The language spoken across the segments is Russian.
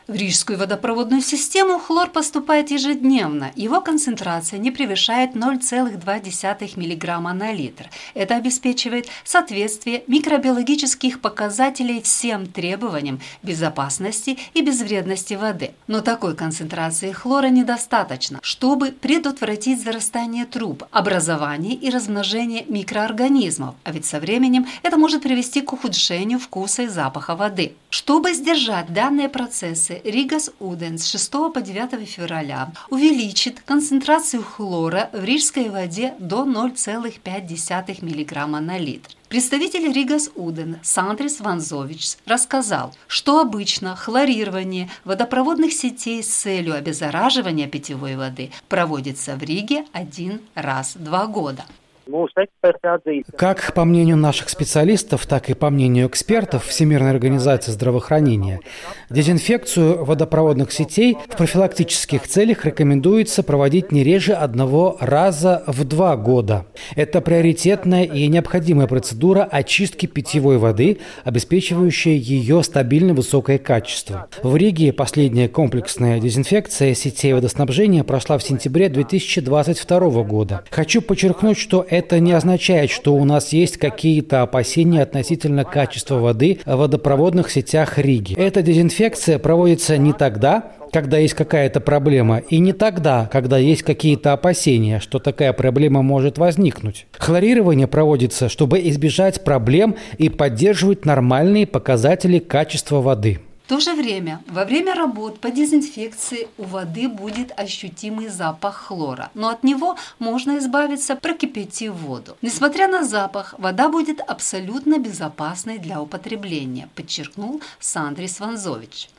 В рижскую водопроводную систему хлор поступает ежедневно. Его концентрация не превышает 0,2 мг на литр. Это обеспечивает соответствие микробиологических показателей всем требованиям безопасности и безвредности воды. Но такой концентрации хлора недостаточно, чтобы предотвратить зарастание труб, образование и размножение микроорганизмов, а ведь со временем это может привести к ухудшению вкуса и запаха воды. Чтобы сдержать данные процессы, Риgas Ūdens с 6 по 9 февраля увеличит концентрацию хлора в рижской воде до 0,5 мг на литр. Представитель Риgas Ūdens Sandris Vanzovičs рассказал, что обычно хлорирование водопроводных сетей с целью обеззараживания питьевой воды проводится в Риге 1 раз в 2 года. Как по мнению наших специалистов, так и по мнению экспертов Всемирной организации здравоохранения, дезинфекцию водопроводных сетей в профилактических целях рекомендуется проводить не реже 1 раза в 2 года. Это приоритетная и необходимая процедура очистки питьевой воды, обеспечивающая ее стабильно высокое качество. В Риге последняя комплексная дезинфекция сетей водоснабжения прошла в сентябре 2022 года. Хочу подчеркнуть, что это не означает, что у нас есть какие-то опасения относительно качества воды в водопроводных сетях Риги. Эта дезинфекция проводится не тогда, когда есть какая-то проблема, и не тогда, когда есть какие-то опасения, что такая проблема может возникнуть. Хлорирование проводится, чтобы избежать проблем и поддерживать нормальные показатели качества воды. В то же время, во время работ по дезинфекции у воды будет ощутимый запах хлора, но от него можно избавиться, прокипятив воду. Несмотря на запах, вода будет абсолютно безопасной для употребления, подчеркнул Sandris Vanzovičs.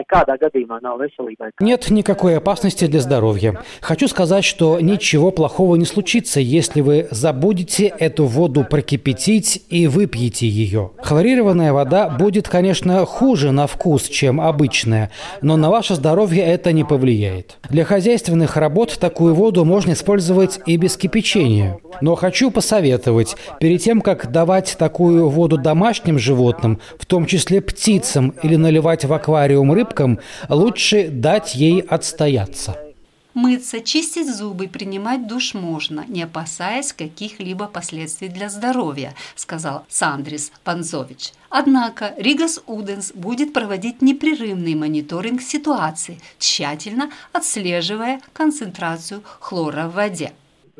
Нет никакой опасности для здоровья. Хочу сказать, что ничего плохого не случится, если вы забудете эту воду прокипятить и выпьете ее. Хлорированная вода будет, конечно, хуже на вкус, чем обычная, но на ваше здоровье это не повлияет. Для хозяйственных работ такую воду можно использовать и без кипячения. Но хочу посоветовать, перед тем, как давать такую воду домашним животным, в том числе птицам, или наливать в аквариум рыбкам, лучше дать ей отстояться. Мыться, чистить зубы, принимать душ можно, не опасаясь каких-либо последствий для здоровья, сказал Sandris Vanzovičs. Однако Риgas Ūdens будет проводить непрерывный мониторинг ситуации, тщательно отслеживая концентрацию хлора в воде.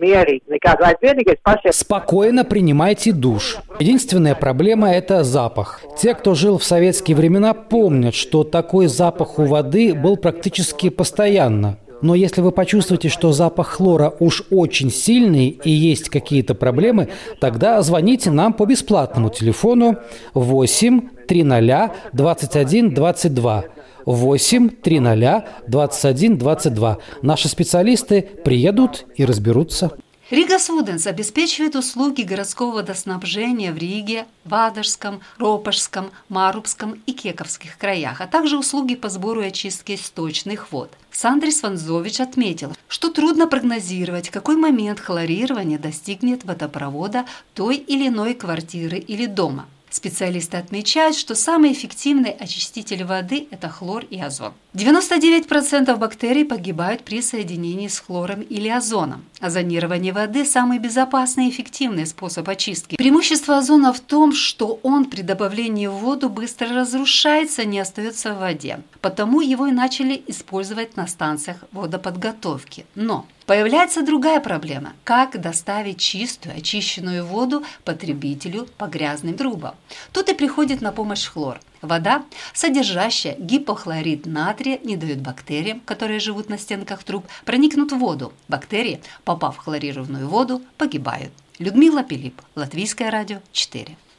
Спокойно принимайте душ. Единственная проблема – это запах. Те, кто жил в советские времена, помнят, что такой запах у воды был практически постоянно. Но если вы почувствуете, что запах хлора уж очень сильный и есть какие-то проблемы, тогда звоните нам по бесплатному телефону 8 300 21 22. 8 300 21 22. Наши специалисты приедут и разберутся. Риgas Ūdens обеспечивает услуги городского водоснабжения в Риге, Вадожском, Ропожском, Марубском и Кековских краях, а также услуги по сбору и очистке сточных вод. Sandris Vanzovičs отметил, что трудно прогнозировать, в какой момент хлорирование достигнет водопровода той или иной квартиры или дома. Специалисты отмечают, что самый эффективный очиститель воды – это хлор и озон. 99% бактерий погибают при соединении с хлором или озоном. Озонирование воды – самый безопасный и эффективный способ очистки. Преимущество озона в том, что он при добавлении в воду быстро разрушается, не остается в воде. Потому его и начали использовать на станциях водоподготовки. Но появляется другая проблема – как доставить чистую, очищенную воду потребителю по грязным трубам. Тут и приходит на помощь хлор. Вода, содержащая гипохлорид натрия, не дает бактериям, которые живут на стенках труб, проникнуть в воду. Бактерии, попав в хлорированную воду, погибают. Людмила Пилип, Латвийское радио 4.